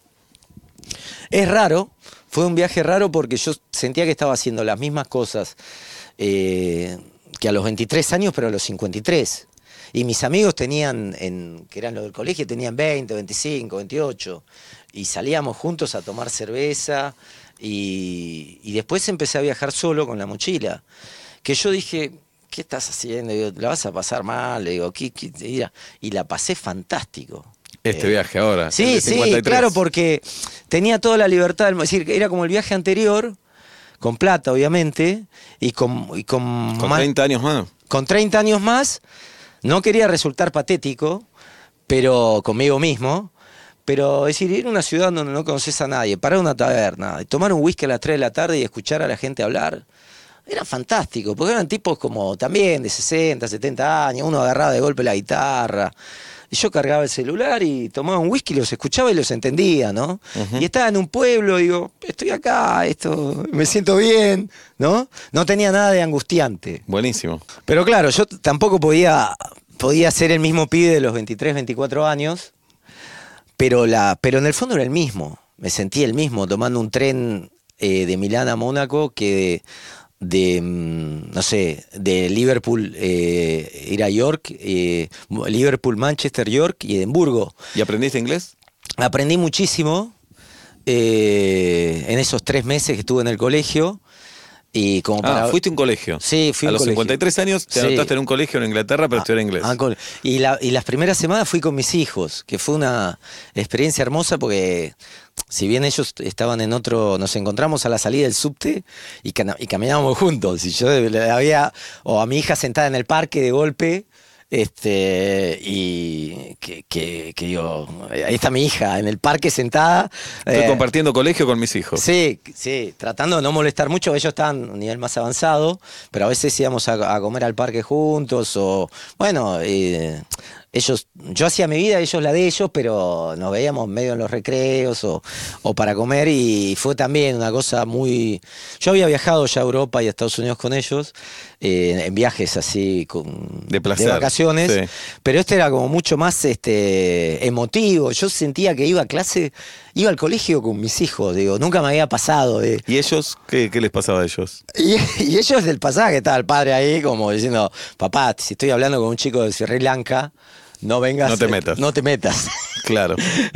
B: Es raro, fue un viaje raro porque yo sentía que estaba haciendo las mismas cosas eh, que a los veintitrés años, pero a los cincuenta y tres. Y mis amigos tenían, en, que eran los del colegio, tenían veinte, veinticinco, veintiocho. Y salíamos juntos a tomar cerveza. Y, y después empecé a viajar solo con la mochila. Que yo dije, ¿qué estás haciendo? Digo, la vas a pasar mal. Le digo, ¿qué, qué? Mira. Y la pasé fantástico.
A: Este
B: Eh,
A: viaje ahora. el
B: Sí,
A: de
B: sí,
A: cincuenta y tres.
B: claro, porque tenía toda la libertad. Es decir, era como el viaje anterior, con plata, obviamente, y con, y con,
A: Con
B: más-
A: treinta años más.
B: con treinta años más. No quería resultar patético, pero conmigo mismo. Pero es decir, ir a una ciudad donde no conoces a nadie, parar a una taberna, y tomar un whisky a las tres de la tarde y escuchar a la gente hablar, era fantástico, porque eran tipos como también de sesenta, setenta años, uno agarraba de golpe la guitarra, y yo cargaba el celular y tomaba un whisky, los escuchaba y los entendía, ¿no?
A: Ujú.
B: Y estaba en un pueblo, digo, estoy acá, esto, me siento bien, ¿no? No tenía nada de angustiante.
A: Buenísimo.
B: Pero claro, yo t- tampoco podía, podía ser el mismo pibe de los veintitrés, veinticuatro años, pero, la, pero en el fondo era el mismo. Me sentí el mismo tomando un tren eh, de Milán a Mónaco que de, de, mm, no sé, de Liverpool eh, ir a York, eh, Liverpool, Manchester, York y Edimburgo.
A: ¿Y aprendiste inglés?
B: Aprendí muchísimo eh, en esos tres meses que estuve en el colegio. Y como para...
A: Ah, fuiste a un colegio.
B: Sí, fui
A: a
B: a un
A: los
B: colegio.
A: cincuenta y tres años te
B: Sí.
A: anotaste en un colegio en Inglaterra para estudiar inglés.
B: Ah, con- y, la- y las primeras semanas fui con mis hijos, que fue una experiencia hermosa porque si bien ellos estaban en otro, nos encontramos a la salida del subte y, cana- y caminábamos juntos. Y yo le había, o a mi hija sentada en el parque de golpe, este, y que, que, que digo, ahí está mi hija en el parque sentada.
A: Estoy
B: eh,
A: compartiendo colegio con mis hijos.
B: Sí, sí, tratando de no molestar mucho, ellos estaban a un nivel más avanzado, pero a veces íbamos a, a comer al parque juntos o, bueno, eh, ellos, yo hacía mi vida, ellos la de ellos, pero nos veíamos medio en los recreos o, o para comer y fue también una cosa muy... Yo había viajado ya a Europa y a Estados Unidos con ellos, eh, en viajes así con,
A: De placer,
B: vacaciones,
A: sí.
B: pero este era como mucho más este, emotivo. Yo sentía que iba a clase, iba al colegio con mis hijos, digo, nunca me había pasado. De,
A: ¿Y ellos? ¿Qué, qué les pasaba a ellos?
B: y, y ellos del pasaje, estaba el padre ahí como diciendo, papá, si estoy hablando con un chico de Sri Lanka, no vengas.
A: No te metas.
B: No te metas.
A: Claro.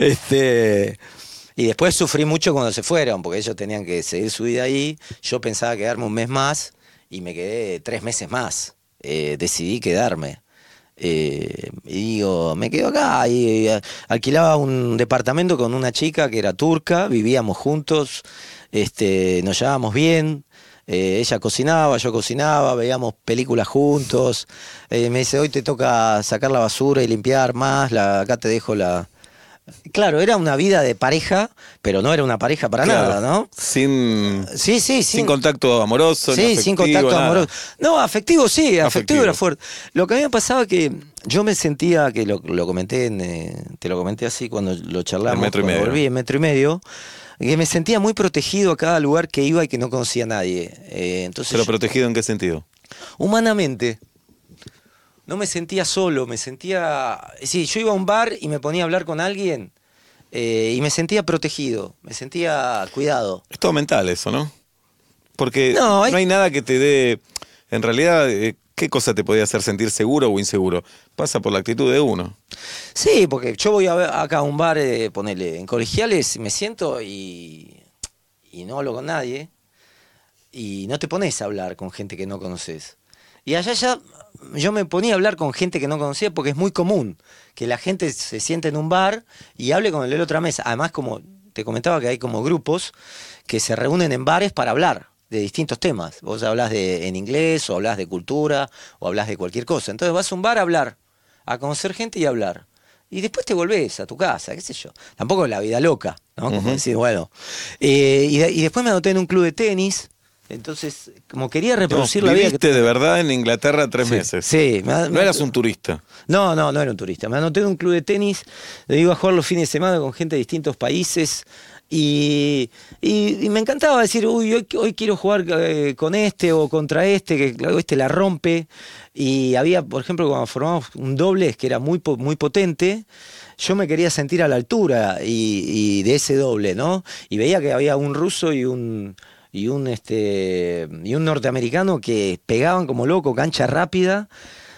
B: este, y después sufrí mucho cuando se fueron, porque ellos tenían que seguir su vida ahí. Yo pensaba quedarme un mes más y me quedé tres meses más. Eh, decidí quedarme. Eh, y digo, me quedo acá. Y eh, alquilaba un departamento con una chica que era turca, vivíamos juntos, este, nos llevábamos bien. Eh, ella cocinaba, yo cocinaba, veíamos películas juntos. Eh, me dice, hoy te toca sacar la basura y limpiar más, la, acá te dejo la... Claro, era una vida de pareja, pero no era una pareja para
A: Claro.
B: nada, ¿no?
A: Sin,
B: Sí, sí,
A: sin
B: sin,
A: contacto amoroso, ni
B: sí,
A: afectivo,
B: sin contacto
A: nada.
B: amoroso. No, afectivo sí, afectivo,
A: Afectivo.
B: era fuerte. Lo que a mí me pasaba que yo me sentía, que lo, lo comenté, en, eh, te lo comenté así cuando lo charlamos,
A: En Metro y
B: cuando
A: Medio.
B: volví en metro y medio, que me sentía muy protegido a cada lugar que iba y que no conocía a nadie. Eh, entonces,
A: ¿Pero
B: yo-
A: protegido en qué sentido?
B: humanamente, no me sentía solo, me sentía... Sí, yo iba a un bar y me ponía a hablar con alguien eh, y me sentía protegido, me sentía cuidado.
A: Es todo mental eso, ¿no? Porque
B: No,
A: no
B: hay-
A: hay, nada que te dé... En realidad, eh, ¿qué cosa te podía hacer sentir seguro o inseguro? Pasa por la actitud de uno.
B: Sí, porque yo voy a ver acá a un bar, eh, ponele, en Colegiales, me siento y, y no hablo con nadie. Y no te pones a hablar con gente que no conoces. Y allá ya yo me ponía a hablar con gente que no conocía porque es muy común que la gente se siente en un bar y hable con el de la otra mesa. Además, como te comentaba que hay como grupos que se reúnen en bares para hablar. de distintos temas. Vos hablás de, en inglés, o hablás de cultura, o hablás de cualquier cosa. Entonces vas a un bar a hablar, a conocer gente y a hablar. Y después te volvés a tu casa, qué sé yo. Tampoco la vida loca, ¿no? Como
A: Uh-huh.
B: decir, bueno. Eh, y, de- y después me anoté en un club de tenis. Entonces, como quería reproducir
A: No,
B: la vida
A: viviste
B: que...
A: de verdad en Inglaterra tres
B: Sí,
A: meses.
B: sí, me-
A: No
B: me-
A: eras un turista.
B: No, no, no era un turista. Me anoté en un club de tenis, le iba a jugar los fines de semana con gente de distintos países y, y- y me encantaba decir, uy, hoy, hoy quiero jugar eh, con este o contra este, que claro, este la rompe. Y había, por ejemplo, cuando formamos un dobles que era muy, po- muy potente, yo me quería sentir a la altura y, y de ese doble, ¿no? Y veía que había un ruso y un... Y un, este, y un norteamericano que pegaban como loco, cancha rápida,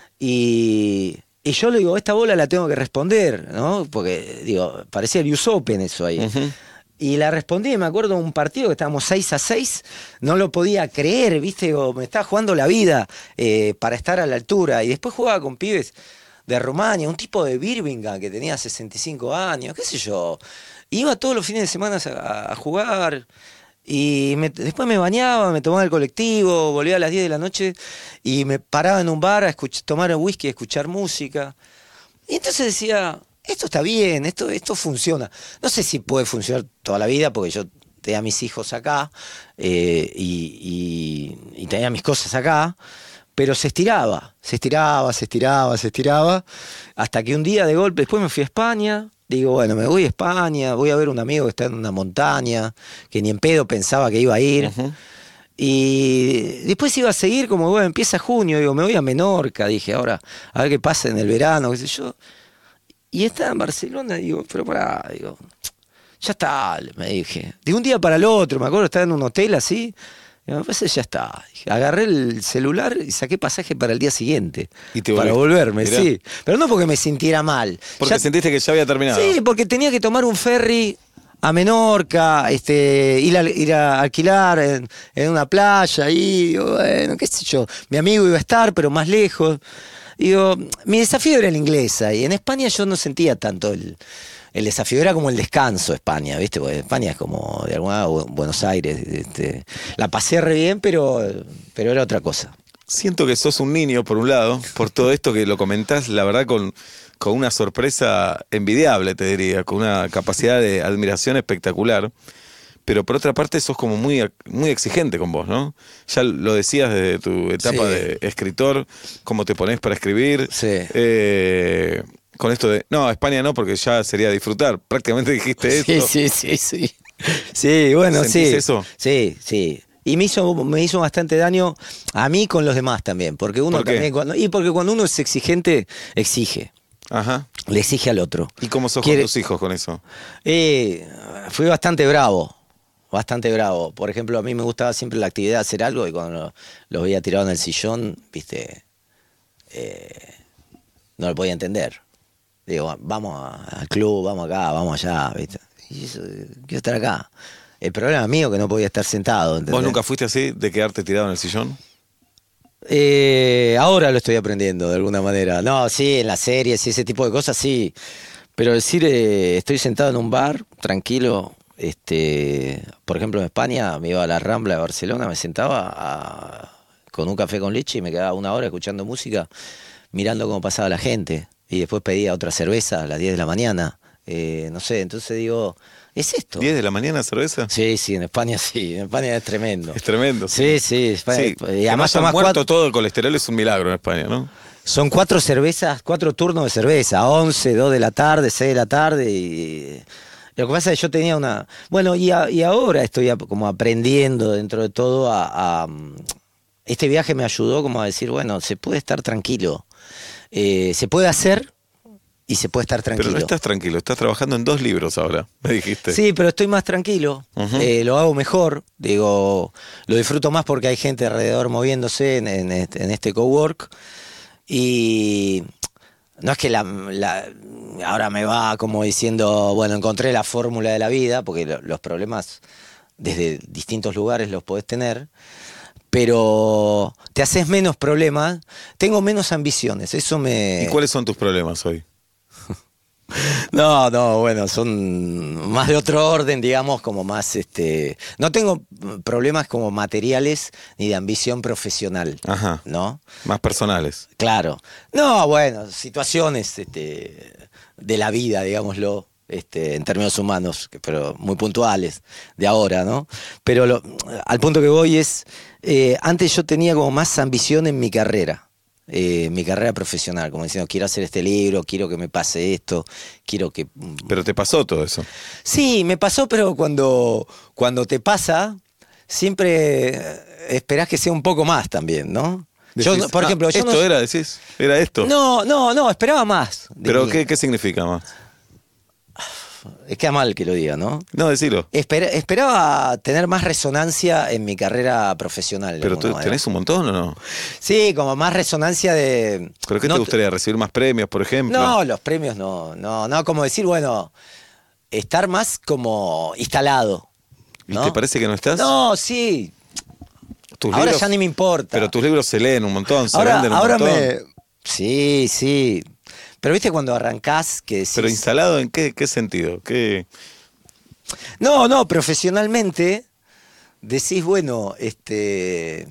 B: y, y yo le digo, esta bola la tengo que responder, ¿no? Porque, digo, parecía el U S Open eso ahí.
A: Ujú.
B: Y la respondí, me acuerdo de un partido que estábamos seis a seis, no lo podía creer, ¿viste? Digo, me estaba jugando la vida eh, para estar a la altura. Y después jugaba con pibes de Rumania, un tipo de Birmingham que tenía sesenta y cinco años, qué sé yo. Iba todos los fines de semana a, a jugar. Y me- después me bañaba, me tomaba el colectivo, volvía a las diez de la noche y me paraba en un bar a escuch- tomar whisky, a escuchar música. Y entonces decía, esto está bien, esto, esto funciona. No sé si puede funcionar toda la vida, porque yo tenía a mis hijos acá eh, y, y- y tenía mis cosas acá, pero se estiraba, se estiraba, se estiraba, se estiraba, hasta que un día de golpe, después me fui a España. Digo, bueno, me voy a España, voy a ver un amigo que está en una montaña, que ni en pedo pensaba que iba a ir.
A: Ujú.
B: Y después iba a seguir como, bueno, empieza junio, digo, me voy a Menorca, dije, ahora, a ver qué pasa en el verano, qué sé yo. Y estaba en Barcelona, digo, pero pará, digo, ya está, me dije. De un día para el otro, me acuerdo, estaba en un hotel así, y me parece, ya está. Dije, agarré el celular y saqué pasaje para el día siguiente.
A: Y te
B: para
A: volviste.
B: volverme,
A: Mirá.
B: sí. Pero no porque me sintiera mal.
A: Porque
B: Ya-
A: sentiste que ya había terminado.
B: Sí, porque tenía que tomar un ferry a Menorca, este, ir a, ir a alquilar en, en una playa ahí, digo, bueno, qué sé yo. Mi amigo iba a estar, pero más lejos. Digo, mi desafío era el inglés ahí. En España yo no sentía tanto el, el desafío, era como el descanso España, ¿viste? Porque España es como de alguna manera Bu- Buenos Aires. Este, la pasé re bien, pero, pero era otra cosa.
A: Siento que sos un niño, por un lado, por todo esto que lo comentás, la verdad, con, con una sorpresa envidiable, te diría, con una capacidad de admiración espectacular. Pero por otra parte, sos como muy, muy exigente con vos, ¿no? Ya lo decías desde tu etapa
B: Sí.
A: de escritor, cómo te ponés para escribir.
B: Sí.
A: Eh, con esto de, no, España no, porque ya sería disfrutar. Prácticamente dijiste
B: Sí,
A: eso.
B: sí, sí, sí. Sí, bueno,
A: ¿Sentís
B: sí.
A: eso?
B: Sí, sí. Y me hizo, me hizo bastante daño a mí con los demás también. Porque uno
A: ¿Por qué?
B: también, cuando, y porque cuando uno es exigente, exige.
A: Ajá.
B: Le exige al otro.
A: ¿Y cómo sos
B: Quiere-
A: con tus hijos con eso?
B: Eh, fui bastante bravo. Bastante bravo. Por ejemplo, a mí me gustaba siempre la actividad de hacer algo y cuando los veía tirados en el sillón, viste, eh, no lo podía entender. Digo, vamos a- al club, vamos acá, vamos allá, ¿viste? Y eso, eh, quiero estar acá. El problema mío que no podía estar sentado, ¿entendés?
A: ¿Vos nunca fuiste así, de quedarte tirado en el sillón?
B: Eh, ahora lo estoy aprendiendo de alguna manera. No, sí, en las series y ese tipo de cosas, sí. Pero decir, eh, estoy sentado en un bar, tranquilo. Este, por ejemplo, en España me iba a la Rambla de Barcelona, me sentaba a- con un café con leche y me quedaba una hora escuchando música, mirando cómo pasaba la gente. Y después pedía otra cerveza a las diez de la mañana. Eh, no sé, entonces digo, ¿es esto?
A: ¿diez de la mañana cerveza?
B: Sí, sí, en España sí, en España es tremendo.
A: Es tremendo.
B: Sí, sí, España-
A: Sí,
B: y
A: que no
B: además
A: hayan
B: tomás
A: muerto
B: cuatro,
A: todo el colesterol es un milagro en España, ¿no?
B: son cuatro cervezas, cuatro turnos de cerveza, once, dos de la tarde, seis de la tarde y... Lo que pasa es que yo tenía una... Bueno, y, a- y ahora estoy a- como aprendiendo dentro de todo a, a- Este viaje me ayudó como a decir, bueno, se puede estar tranquilo. Eh, se puede hacer y se puede estar tranquilo.
A: Pero no estás tranquilo, estás trabajando en dos libros ahora, me dijiste.
B: Sí, pero estoy más tranquilo,
A: Ujú.
B: eh, lo hago mejor, digo, lo disfruto más porque hay gente alrededor moviéndose en, en este, en este cowork y no es que la, la- ahora me va como diciendo, bueno, encontré la fórmula de la vida, porque lo- los problemas desde distintos lugares los podés tener, pero te haces menos problemas, tengo menos ambiciones, eso me...
A: ¿Y cuáles son tus problemas hoy?
B: No, no, bueno, son más de otro orden, digamos, como más, este... No tengo problemas como materiales ni de ambición profesional,
A: Ajá.
B: ¿no?
A: Más personales.
B: Claro. No, bueno, situaciones este, de la vida, digámoslo, este, en términos humanos, que- pero muy puntuales, de ahora, ¿no? Pero lo- al punto que voy es, eh, antes yo tenía como más ambición en mi carrera. Eh, mi carrera profesional, como diciendo, quiero hacer este libro, quiero que me pase esto, quiero que...
A: Pero te pasó todo eso.
B: Sí, me pasó, pero cuando, cuando te pasa, siempre eh, esperás que sea un poco más también, ¿no? Yo,
A: Decís,
B: por
A: ah,
B: ejemplo, yo
A: esto
B: no...
A: era, decís, era esto.
B: No, no, no, esperaba más. de
A: Pero
B: mí.
A: ¿qué, qué significa más?
B: Es queda mal que lo diga, ¿no?
A: No, decilo.
B: Esper- esperaba tener más resonancia en mi carrera profesional. de
A: Pero
B: alguna
A: tú
B: manera.
A: tenés un montón o no.
B: Sí, como más resonancia de...
A: ¿Pero qué
B: no
A: te
B: t-
A: gustaría? ¿Recibir más premios, por ejemplo?
B: No, los premios no, no, no, como decir, bueno, estar más como instalado.
A: ¿Y
B: ¿no?
A: te parece que no estás?
B: No, sí.
A: Tus
B: Ahora
A: libros-
B: ya ni me importa.
A: Pero tus libros se leen un montón, se
B: ahora
A: venden un
B: ahora
A: montón.
B: me... Sí, sí. Pero viste cuando arrancás que decís...
A: Pero instalado en qué, qué sentido? ¿Qué?
B: No, no, profesionalmente decís, bueno, este,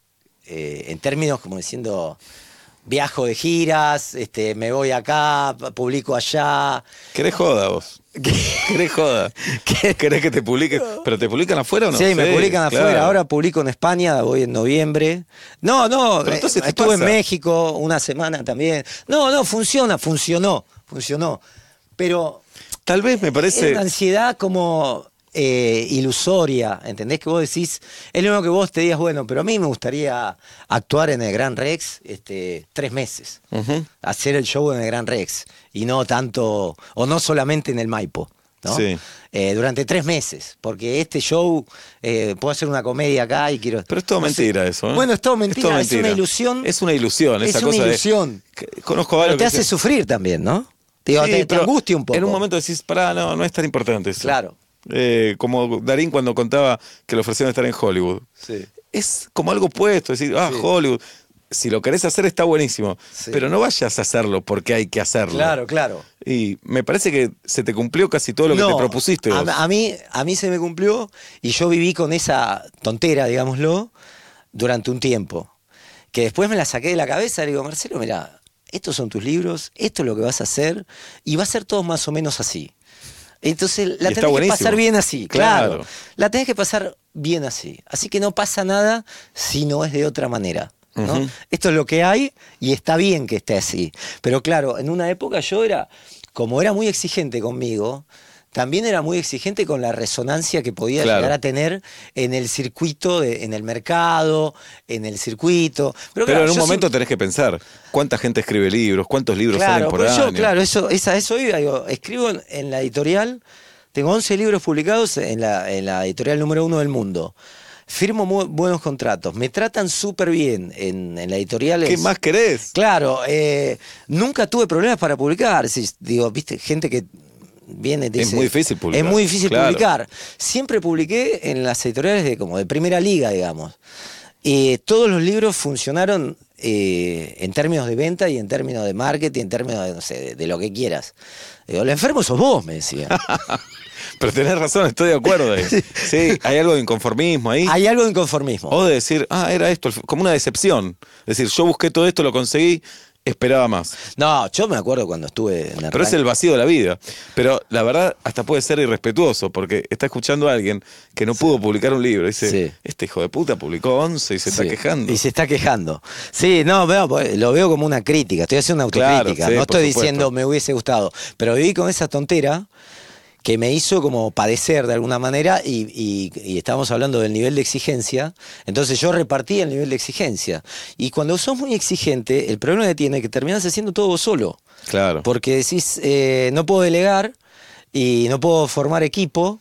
B: eh, en términos como diciendo, viajo de giras, este, me voy acá, publico allá.
A: ¿Querés joda vos? ¿Querés joda?
B: ¿Qué?
A: ¿Querés que te publiquen? ¿Pero te publican afuera o no?
B: Sí, me publican
A: claro.
B: afuera. Ahora publico en España, voy en noviembre. No, no,
A: Pero
B: eh,
A: entonces te
B: estuve en
A: pasa.
B: México una semana también. No, no, funciona, funcionó, funcionó. Pero
A: Tal vez me
B: es
A: parece...
B: una ansiedad como eh, ilusoria, ¿entendés? Que vos decís, es lo mismo que vos te digas, bueno, pero a mí me gustaría actuar en el Gran Rex este, tres meses,
A: Ujú.
B: hacer el show en el Gran Rex, y no tanto, o no solamente en el Maipo, ¿no?
A: Sí.
B: Eh, durante tres meses, porque este show, eh, puedo hacer una comedia acá y quiero...
A: Pero es todo
B: no sé.
A: mentira eso, ¿eh?
B: Bueno, es todo mentira, es,
A: mentira.
B: una ilusión.
A: Es una ilusión,
B: Es
A: esa
B: una
A: cosa de-
B: ilusión.
A: que- conozco
B: Pero
A: varios
B: te
A: que
B: hace
A: dicen-
B: sufrir también, ¿no? Digo,
A: Sí,
B: te, te
A: pero
B: angustia un poco.
A: En un momento decís, pará, no, no es tan importante eso.
B: Claro.
A: Eh, como Darín cuando contaba que le ofrecieron estar en Hollywood.
B: Sí.
A: Es como algo puesto, decir, ah,
B: Sí.
A: Hollywood. Si lo querés hacer está buenísimo,
B: Sí.
A: pero no vayas a hacerlo porque hay que hacerlo.
B: Claro, claro.
A: Y me parece que se te cumplió casi todo lo que
B: No,
A: te propusiste vos.
B: A, a mí, a mí se me cumplió y yo viví con esa tontera, digámoslo, durante un tiempo. Que después me la saqué de la cabeza y le digo, Marcelo, mirá, estos son tus libros, esto es lo que vas a hacer y va a ser todo más o menos así. Entonces la
A: Y está
B: tenés que
A: buenísimo.
B: pasar bien así, claro.
A: Claro.
B: La tenés que pasar bien así. Así que no pasa nada si no es de otra manera. ¿no?
A: Ujú.
B: Esto es lo que hay y está bien que esté así. Pero claro, en una época yo era, como era muy exigente conmigo, también era muy exigente con la resonancia que podía
A: Claro.
B: llegar a tener en el circuito, de- en el mercado, en el circuito.
A: Pero
B: Pero, claro,
A: en un
B: yo
A: momento
B: siempre-
A: tenés que pensar, ¿cuánta gente escribe libros? ¿Cuántos libros
B: Claro,
A: salen por
B: pues
A: año?
B: yo, claro, eso, esa, eso iba, digo, escribo en, en la editorial, tengo once libros publicados en la, en la editorial número uno del mundo. Firmo muy buenos contratos, me tratan súper bien en, en la editorial.
A: ¿Qué
B: es-
A: más querés?
B: Claro, eh, nunca tuve problemas para publicar. Sí, digo, viste, gente que viene y te
A: Es
B: dice,
A: muy difícil publicar,
B: Es muy difícil
A: claro.
B: publicar. Siempre publiqué en las editoriales de como de primera liga, digamos. Eh, todos los libros funcionaron eh, en términos de venta y en términos de marketing, en términos de, no sé, de, de lo que quieras. Digo, el enfermo sos vos, me decía.
A: Pero tenés razón, estoy de acuerdo ahí. Sí, hay algo de inconformismo ahí.
B: Hay algo de inconformismo.
A: O de decir, ah, era esto, como una decepción. Es decir, yo busqué todo esto, lo conseguí, esperaba más.
B: No, yo me acuerdo cuando estuve en
A: Pero es el vacío de la vida. Pero la verdad, hasta puede ser irrespetuoso, porque está escuchando a alguien que no pudo publicar un libro. Y dice,
B: Sí.
A: este hijo de puta publicó once y se está
B: Sí,
A: quejando.
B: Y se está quejando. Sí, no, veo, pues, lo veo como una crítica. Estoy haciendo una
A: Claro,
B: autocrítica.
A: sí,
B: no
A: por
B: estoy
A: supuesto.
B: diciendo me hubiese gustado. Pero viví con esa tontera que me hizo como padecer de alguna manera y, y, y estábamos hablando del nivel de exigencia. Entonces yo repartí el nivel de exigencia. Y cuando sos muy exigente, el problema que tiene es que terminás haciendo todo vos solo.
A: Claro.
B: Porque decís, eh, no puedo delegar y no puedo formar equipo.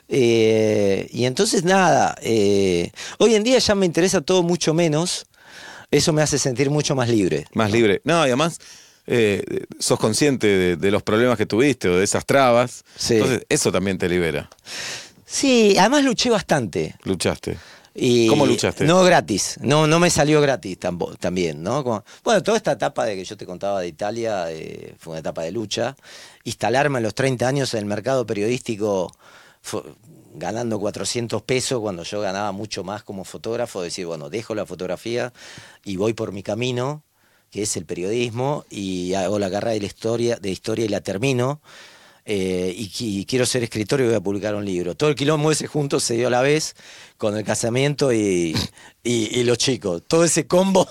B: eh, y entonces nada, eh, hoy en día ya me interesa todo mucho menos. Eso me hace sentir mucho más libre.
A: Más libre. No, y además eh, sos consciente de, de los problemas que tuviste o de esas trabas.
B: Sí.
A: Entonces, eso también te libera.
B: Sí, además luché bastante.
A: Luchaste.
B: Y
A: ¿Cómo luchaste?
B: No gratis, no, no me salió gratis tampoco, también, ¿no? Como, bueno, toda esta etapa de que yo te contaba de Italia eh, fue una etapa de lucha. Instalarme a los treinta años en el mercado periodístico fue, ganando cuatrocientos pesos cuando yo ganaba mucho más como fotógrafo, decir, bueno, dejo la fotografía y voy por mi camino, que es el periodismo, y hago la carrera de la historia, de historia y la termino. Eh, y, y quiero ser escritor y voy a publicar un libro. Todo el quilombo ese junto se dio a la vez con el casamiento y, y, y los chicos. Todo ese combo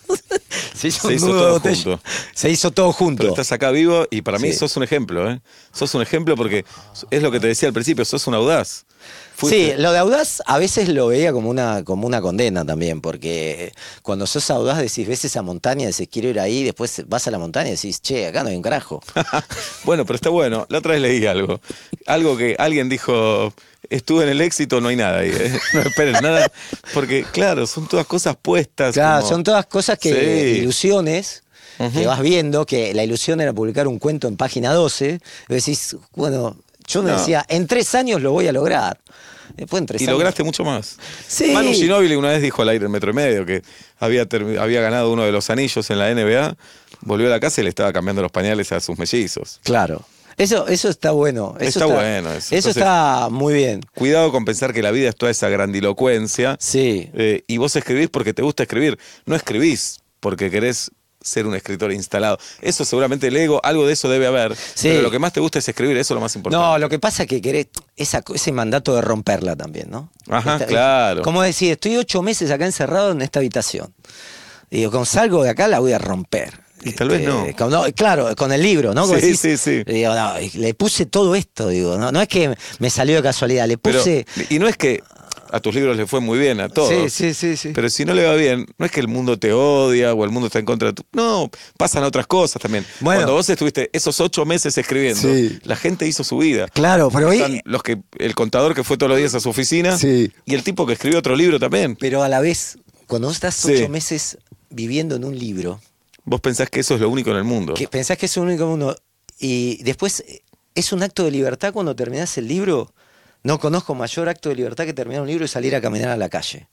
B: se hizo,
A: se
B: un
A: hizo
B: nudo
A: todo
B: de botella.
A: junto.
B: Se hizo todo junto.
A: Pero estás acá vivo y para mí
B: Sí.
A: sos un ejemplo, ¿eh? Sos un ejemplo porque es lo que te decía al principio, sos un audaz. Fuiste.
B: Sí, lo de audaz a veces lo veía como una, como una condena también, porque cuando sos audaz decís, ves esa montaña, decís, quiero ir ahí, después vas a la montaña y decís, che, acá no hay un carajo.
A: Bueno, pero está bueno. La otra vez leí algo. Algo que alguien dijo, estuve en el éxito, no hay nada ahí. ¿eh? No esperen nada. Porque, claro, son todas cosas puestas.
B: Claro,
A: como...
B: son todas cosas que,
A: Sí.
B: ilusiones,
A: Ujú.
B: que vas viendo, que la ilusión era publicar un cuento en página doce, y decís, bueno, yo me
A: No.
B: decía, en tres años lo voy a lograr. Después en tres
A: Y
B: años...
A: lograste mucho más.
B: Sí.
A: Manu Ginóbili una vez dijo al aire en Metro y Medio que había, termi- había ganado uno de los anillos en la N B A, volvió a la casa y le estaba cambiando los pañales a sus mellizos.
B: Claro. Eso, eso está bueno. Eso
A: Está bueno eso.
B: Eso
A: Entonces-
B: está muy bien.
A: Cuidado con pensar que la vida es toda esa grandilocuencia.
B: Sí.
A: Eh, y vos escribís porque te gusta escribir. No escribís porque querés ser un escritor instalado. Eso seguramente el ego, algo de eso debe haber.
B: Sí.
A: Pero lo que más te gusta es escribir, eso es lo más importante.
B: No, lo que pasa es que querés esa, ese mandato de romperla también, ¿no?
A: Ajá,
B: Esta-
A: claro.
B: Como decir, estoy ocho meses acá encerrado en esta habitación. Digo, cuando salgo de acá la voy a romper.
A: Y tal vez no.
B: con- no, Claro, con el libro, ¿no? Como
A: Sí,
B: decís,
A: sí, sí.
B: Digo, no, y le puse todo esto, digo, no, no es que me salió de casualidad, le
A: Pero,
B: puse...
A: y no es que a tus libros le fue muy bien, a todos.
B: Sí, sí, sí, sí.
A: Pero si no le va bien, no es que el mundo te odia o el mundo está en contra de tu... No, pasan otras cosas también.
B: Bueno.
A: Cuando vos estuviste esos ocho meses escribiendo,
B: Sí.
A: la gente hizo su vida.
B: Claro, pero hoy...
A: Están los que, el contador que fue todos los días a su oficina
B: Sí.
A: y el tipo que escribió otro libro también.
B: Pero a la vez, cuando vos estás
A: Sí.
B: ocho meses viviendo en un libro,
A: Vos pensás que eso es lo único en el mundo.
B: que pensás que es un único mundo, y después es un acto de libertad cuando terminás el libro. No conozco mayor acto de libertad que terminar un libro y salir a caminar a la calle.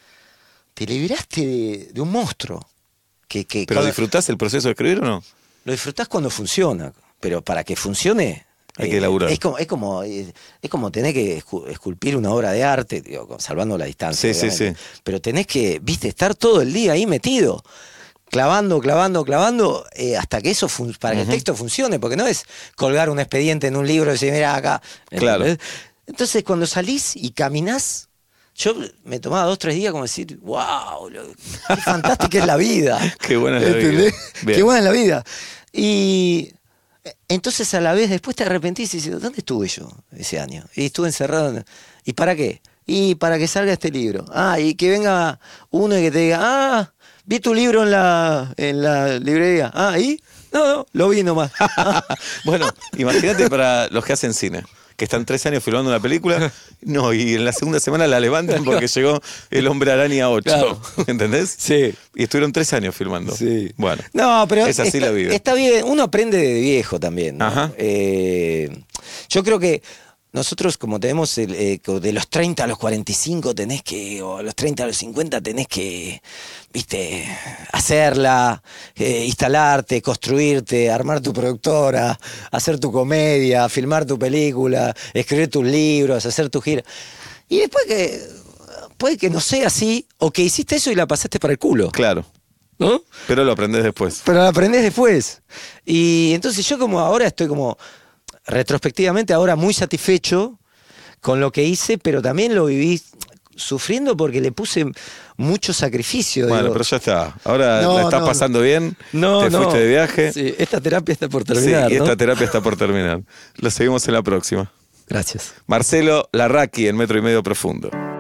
B: Te liberaste de, de un monstruo. Que, que
A: ¿Pero
B: cuando-
A: disfrutás el proceso de escribir o no?
B: lo disfrutás cuando funciona, pero para que funcione...
A: Hay que laburar.
B: Es como, es, como, es como tener que escu- esculpir una obra de arte, digo, salvando la distancia.
A: Sí, sí,
B: obviamente.
A: sí.
B: Pero tenés que, viste, estar todo el día ahí metido. Clavando, clavando, clavando, eh, hasta que eso fun- para que el texto funcione, porque no es colgar un expediente en un libro y decir, mira acá.
A: Claro.
B: ¿entendés? Entonces, cuando salís y caminás, yo me tomaba dos, tres días como decir, wow, lo- qué fantástica es la vida.
A: Qué buena es la vida.
B: ¿Entendés?
A: Bien.
B: Qué buena es la vida. Y entonces a la vez después te arrepentís y dices, ¿dónde estuve yo ese año? Y estuve encerrado. en- ¿Y para qué? Y para que salga este libro. Ah, y que venga uno y que te diga, ah, vi tu libro en la, en la librería. Ah, ¿y? No, no, lo vi nomás.
A: Bueno, imagínate para los que hacen cine, que están tres años filmando una película, no, y en la segunda semana la levantan porque llegó El Hombre Araña ocho.
B: Claro.
A: ¿Entendés?
B: Sí.
A: Y estuvieron tres años filmando.
B: Sí.
A: Bueno.
B: No, pero
A: es así
B: está,
A: la vida.
B: está bien, uno aprende de viejo también, ¿no?
A: Ajá.
B: Eh, yo creo que nosotros como tenemos el, eh, de los treinta a los cuarenta y cinco tenés que, o a los treinta a los cincuenta tenés que, viste, hacerla, eh, instalarte, construirte, armar tu productora, hacer tu comedia, filmar tu película, escribir tus libros, hacer tu gira. Y después que, puede que no sea así, o que hiciste eso y la pasaste para el culo,
A: Claro.
B: ¿no?
A: Pero lo aprendés después.
B: Pero lo aprendés después. Y entonces yo como ahora estoy como retrospectivamente ahora muy satisfecho con lo que hice, pero también lo viví sufriendo porque le puse mucho sacrificio.
A: Bueno,
B: digo.
A: pero ya está. Ahora
B: No,
A: la estás
B: no,
A: pasando bien.
B: No,
A: te
B: no.
A: fuiste de viaje.
B: Sí, esta terapia está por
A: Sí,
B: terminar,
A: y
B: ¿no?
A: esta terapia está por terminar. Lo seguimos en la próxima.
B: Gracias.
A: Marcelo Larraqui en Metro y Medio Profundo.